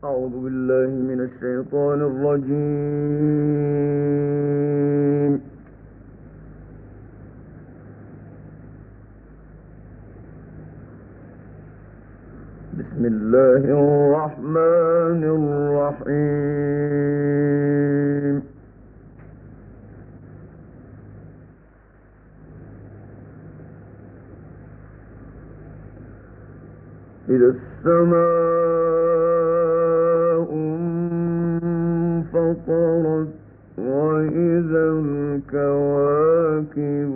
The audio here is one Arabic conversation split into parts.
أعوذ بالله من الشيطان الرجيم. بسم الله الرحمن الرحيم. إذا السماء انفطرت وإذا الكواكب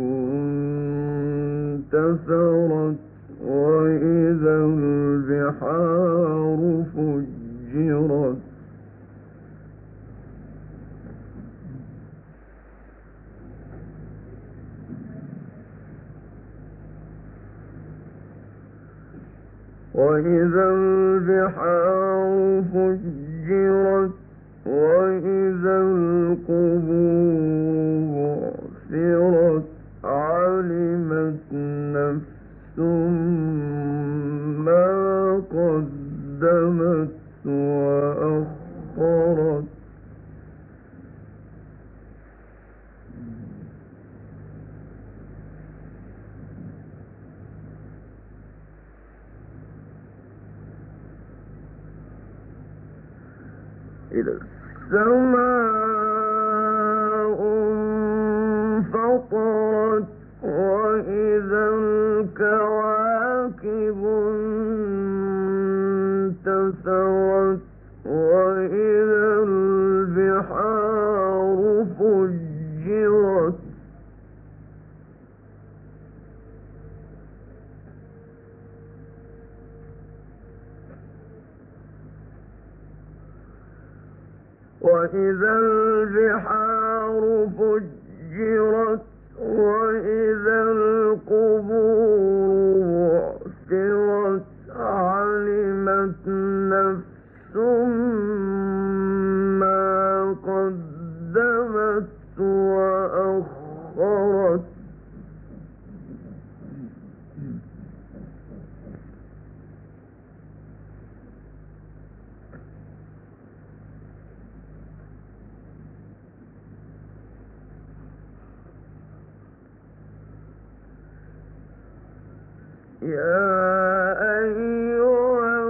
انتثرت وإذا البحار فجرت وإذا البحار فجرت وإذا القبور بعثرت علمت نفس ما قدمت وأخرت إذا السماء انفطرت وإذا الكواكب انتثرت وإذا البحار فجرت وإذا البحار فجرت وإذا القبور بعثرت علمت نفس ما قدمت وأخرت يا أيها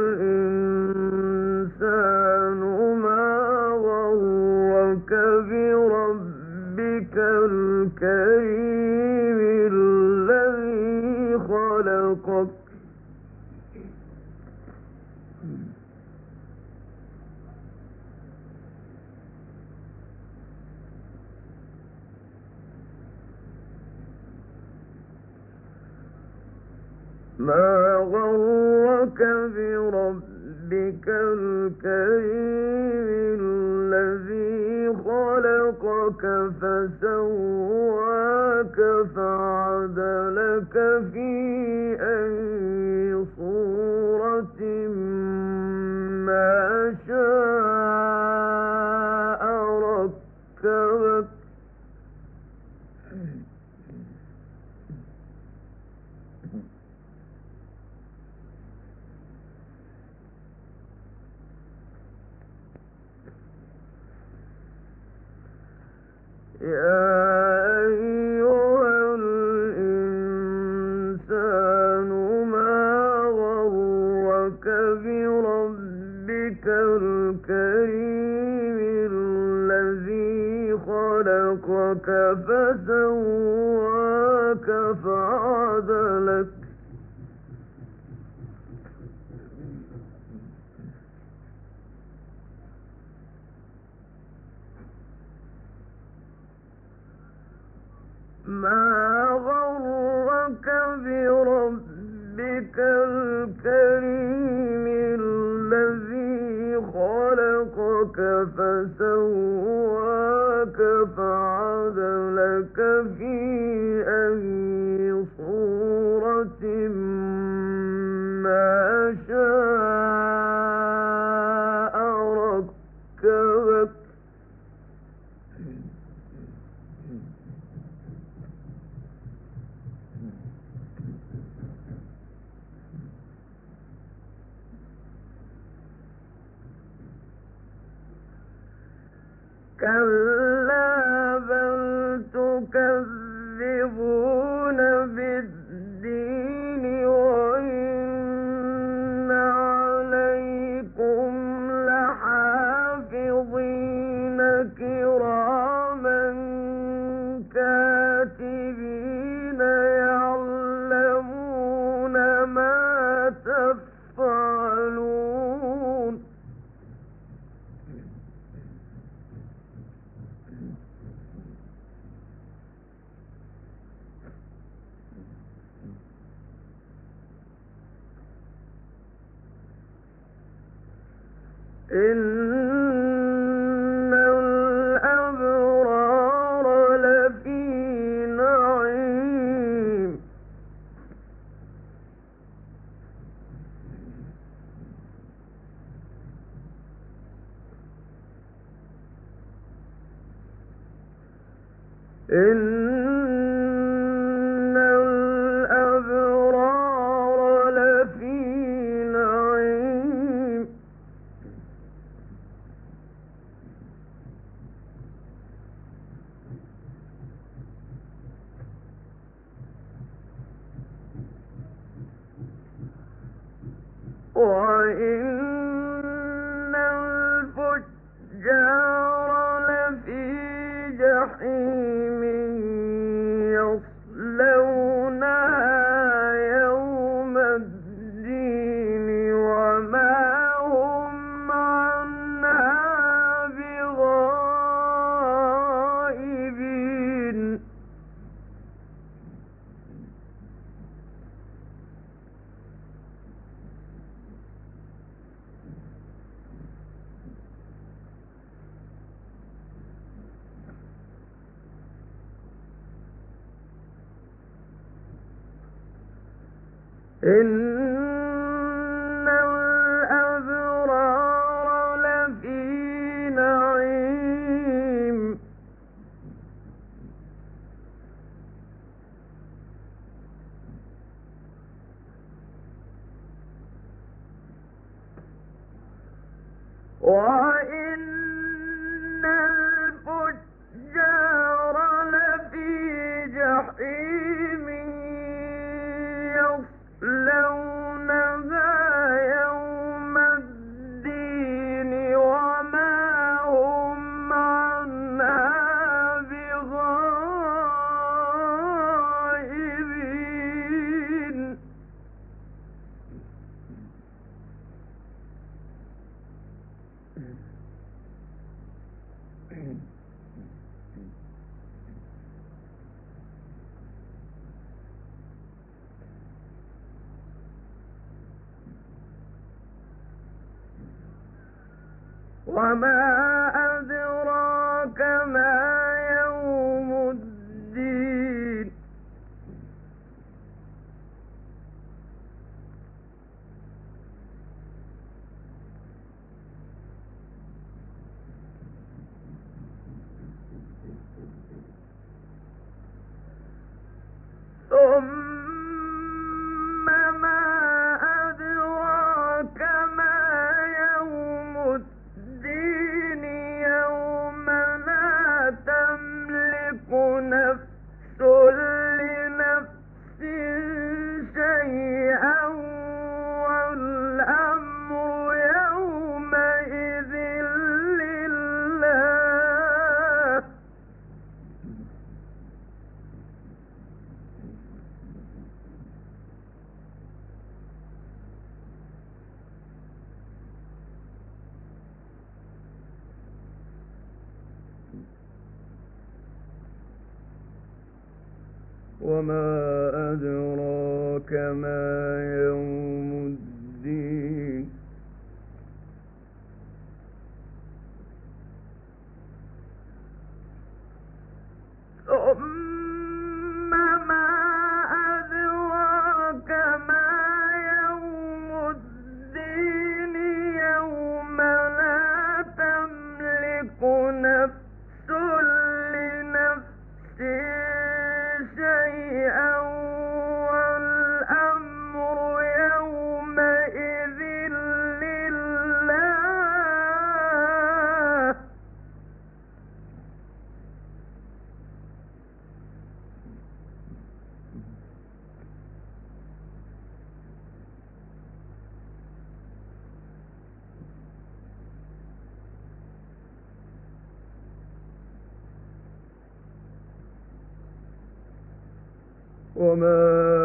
الإنسان ما غرك بربك الكريم الذي خلقك ما غرك بربك الكريم الذي خلقك فسواك فعدلك في أي صورة ما شاء ركبك يا أيها الإنسان ما غرك بربك الكريم الذي خلقك فسواك فعدلك ما غرك بربك الكريم الذي خلقك فسواك فعدلك في أي صورة ما شاء ركبك كلا بل تكذبون بالدين وإن عليكم لحافظين كراما كاتبين يعلمون ما تفعلون إن الأبرار لفي نعيم إن الأبرار لفي نعيم وإن الفجار لفي جحيم يصلونها يوم الدين وما هم عنها بغائبين إن الأبرار لفي نعيم وإن الفجار لفي جحيم يصلونها يوم الدين وما هم عنها بغائبين وما أدراك ما يوم الدين ثم ما أدراك ما يوم الدين يوم لا تملك نفس لنفس شيئا والأمر يومئذ لله وما أدراك ما يوم الدين ثم ما أدراك ما يوم الدين يوم لا تملك نفس لنفس شيئا والأمر يومئذ وما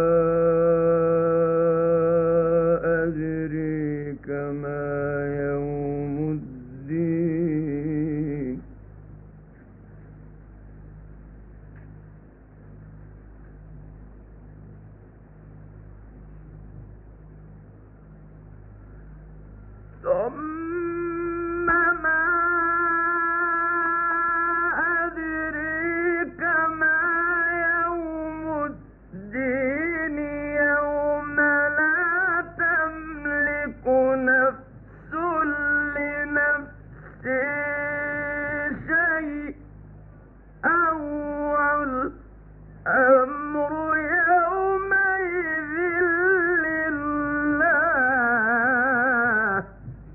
أدريك ما يوم الدين ثم ما أدريك ما يوم الدين يوم لا تملك نفس لنفس شيئا والأمر يومئذ لله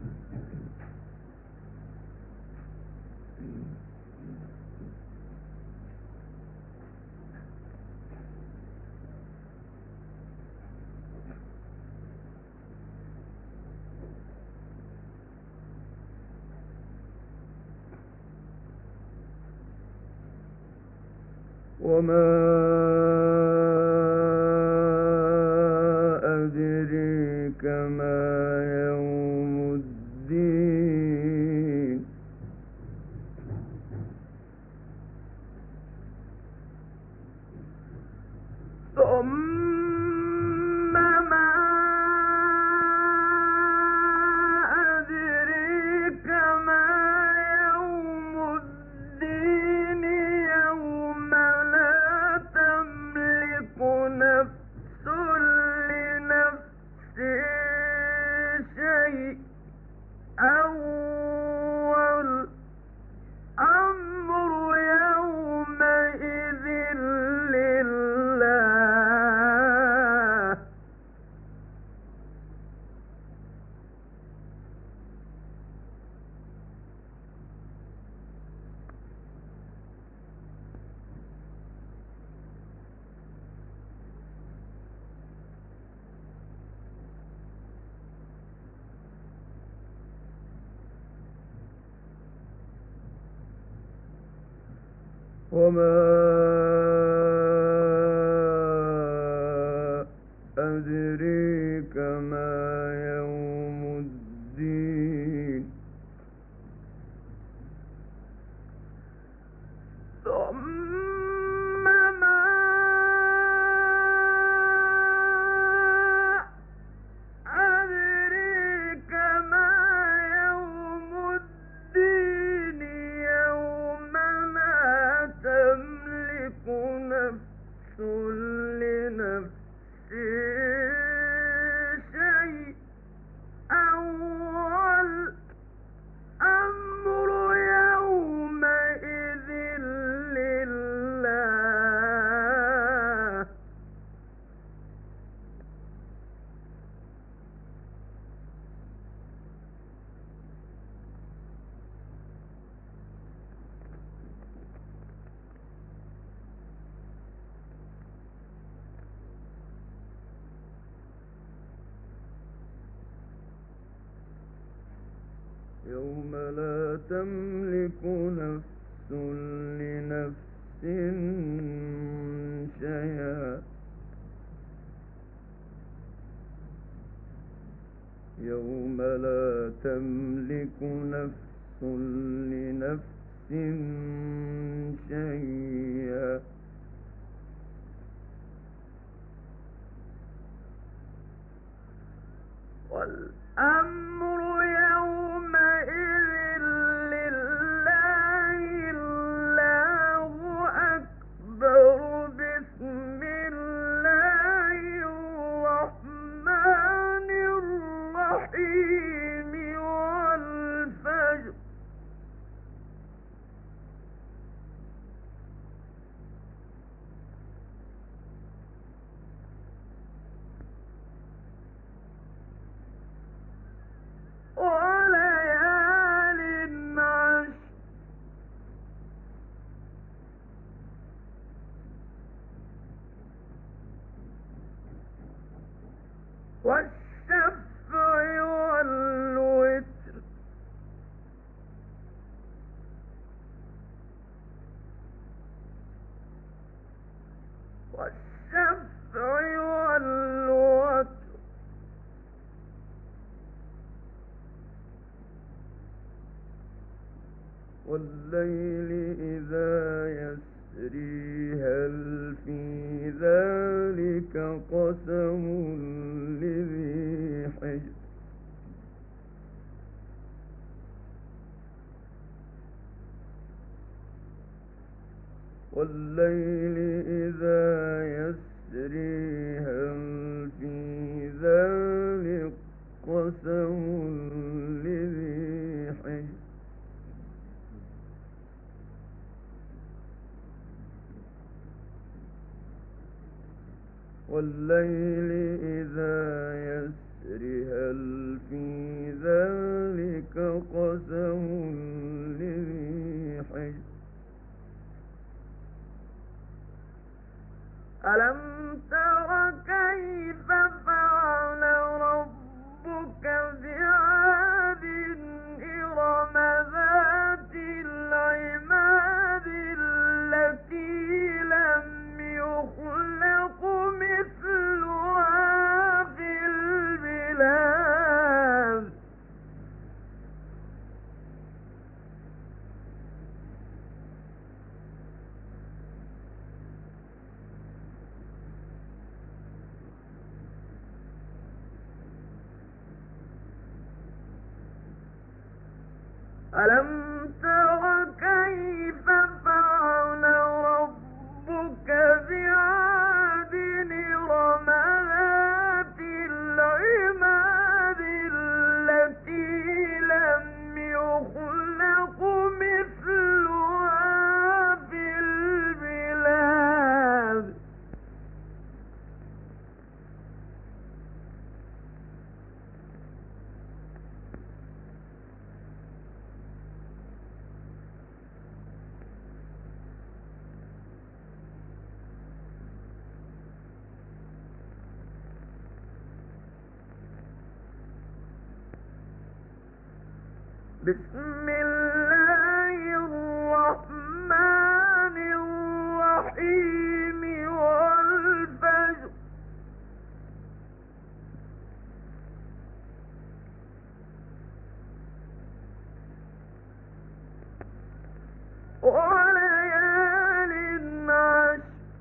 وما أدريك ما يوم الدين ثم ما أدريك ما يوم الدين يوم لا تملك نفس لنفس شيئا والأمر يومئذ لله وما أدريك ما يوم الدين ثم ما أدريك ما يوم الدين يوم لا تملك نفس لنفس شيئا والأمر يومئذ لله يوم لا تملك نفس لنفس شيئا يوم لا تملك نفس لنفس شيئا والأمر يومئذ لله الله أكبر بسم الله الرحمن الرحيم والفجر والليل إذا يسري هل في ذلك قسم لذي حجر والليل إذا يسري هل في ذلك قسم لذي حجر والليل إذا يسري هل في ذلك قسم لذي حجر ألم تر كيف فعل ربك بعاد إرم ذات العماد التي لم يخلق مثلها في البلاد ألم تر كيف فعل ربك بعاد إرم ذات العماد التي لم يخلق مثلها في البلاد بسم الله الرحمن الرحيم والفجر وليال عشر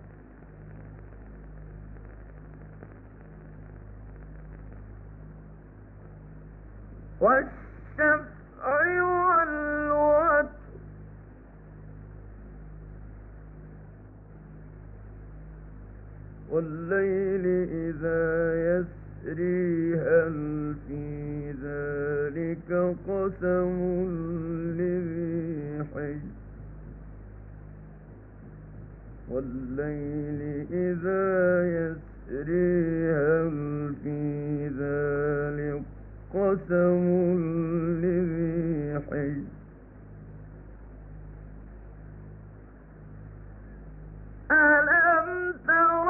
والشفع والوتر والليل إذا يسري هل في ذلك قسم لذي حجر والليل إذا يسري هل في ذلك قسم لذي حجر ألم تر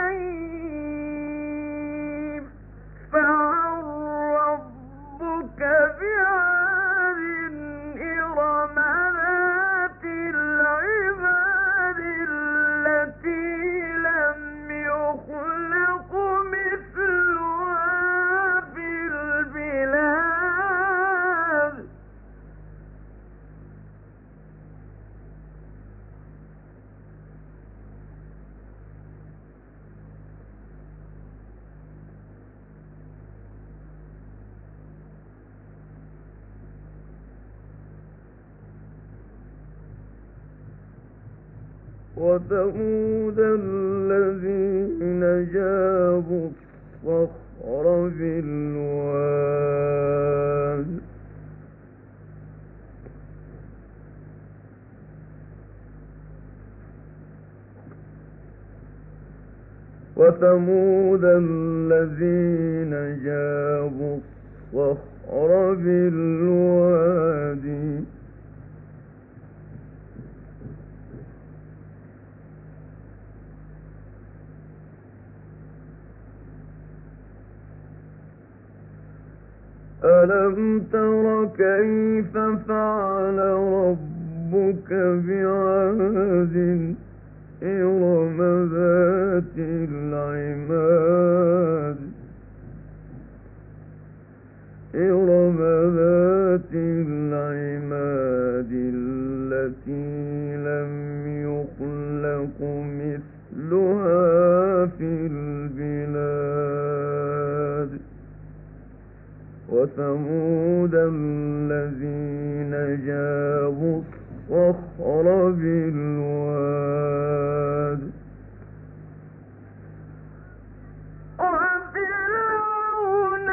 كيف فعل ربك بعاد إرم ذات العماد التي لم يخلق مثلها في البلاد وثمود الذين جابوا الصخر بالواد وثمود الذين جابوا الصخر بالوادي ألم تر كيف فعل ربك بعاد إرم ذات العماد إرم ذات العماد جابوا الصخر بالواد وفرعون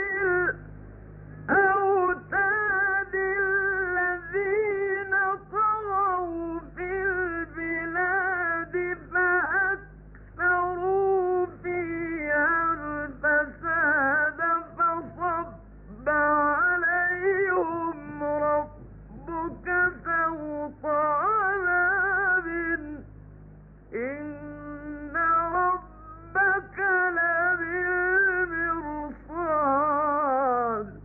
الأوتاد الذين طغوا في البلاد فأكثروا فيها الفساد فصب عليهم ربك سوط عذاب إن ربك لبالمرصاد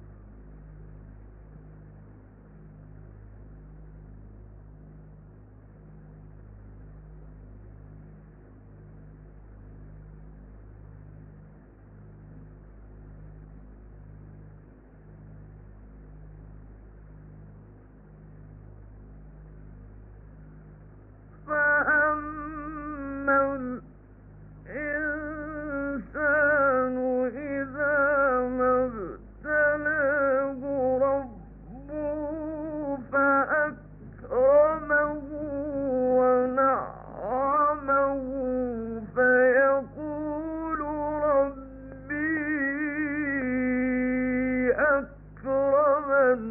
فأما الإنسان إذا ما ابتلاه ربه فأكرمه ونعمه فيقول ربي أكرمن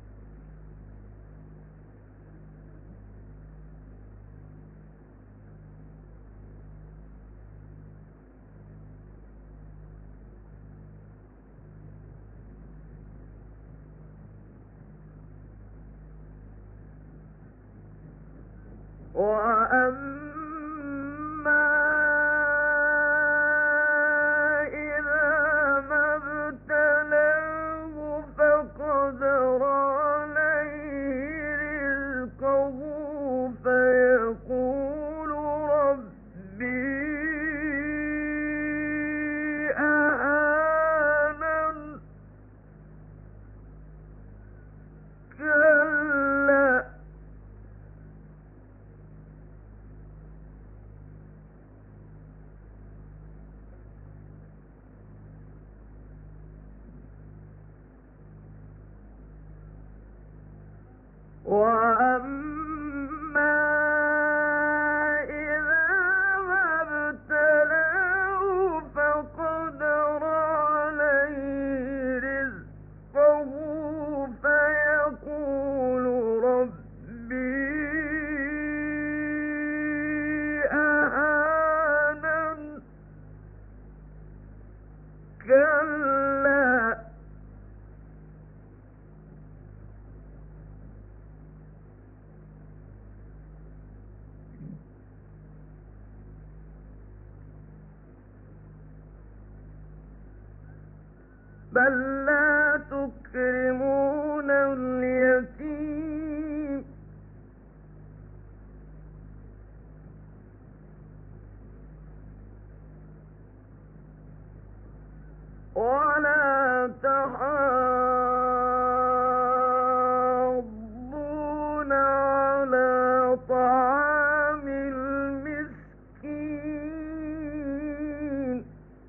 وأما إذا ما ابتلاه فقدر عليه رزقه فيقول ربي أهانن كلا وأما إذا ما ابتلاه فقدر عليه رزقه فيقول ربي أهانن كلا بل لا تكرمون اليتيم ولا تحاضون على طعام المسكين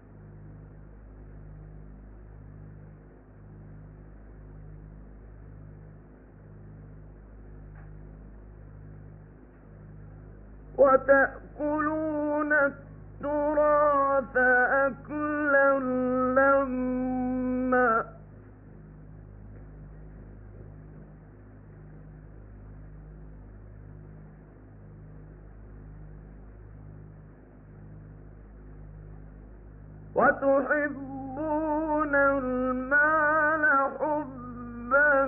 وتأكلون التراث أكلا لما وتحبون المال حبا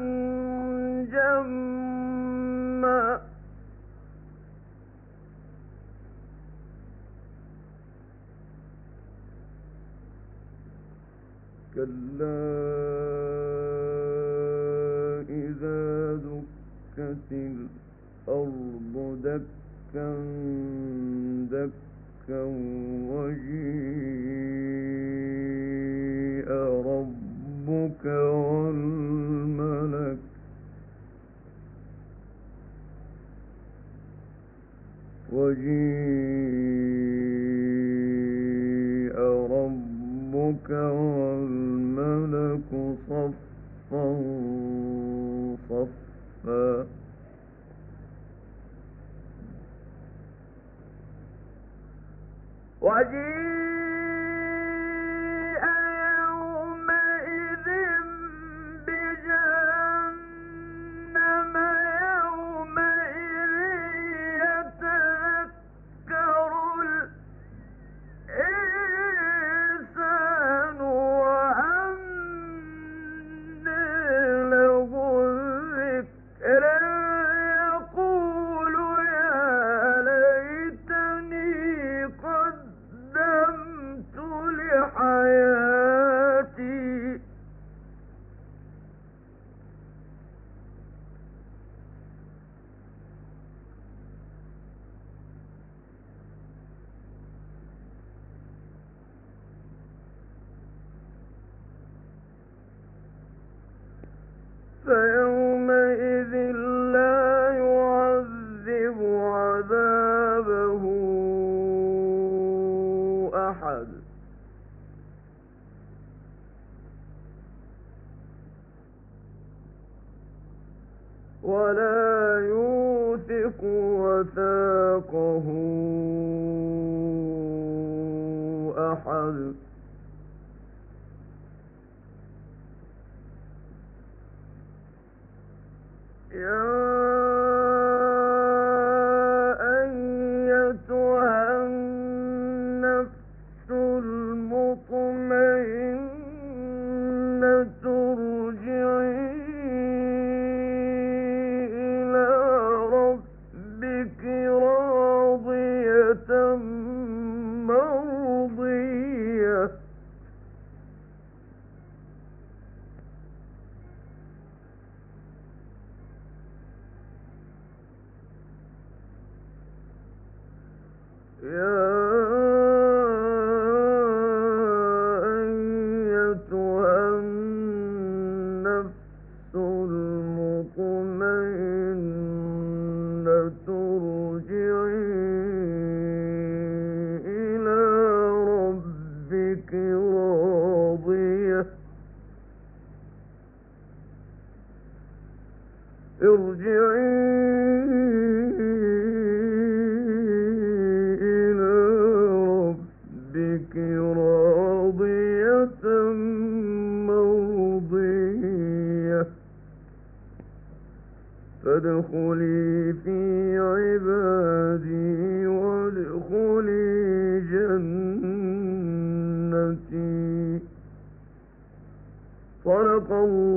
جما كلا إذا دكت الأرض دكا دكا وجيء ربك والملك وجيء ربك والملك صفا صفا وجيء يومئذ بجهنم يومئذ يتذكر الإنسان وأنى له الذكر يقول يا ليتني قدمت لحياتي فيومئذ لا يعذب عذابه أحد ولا يوثق وثاقه أحد يا أيتها النفس المطمئنة ارجعي إلى ربك راضية مرضية يا أيتها النفس المطمئنة ارجعي إلى ربك راضية راضية مرضية فادخلي في عبادي وادخلي جنتي صدق الله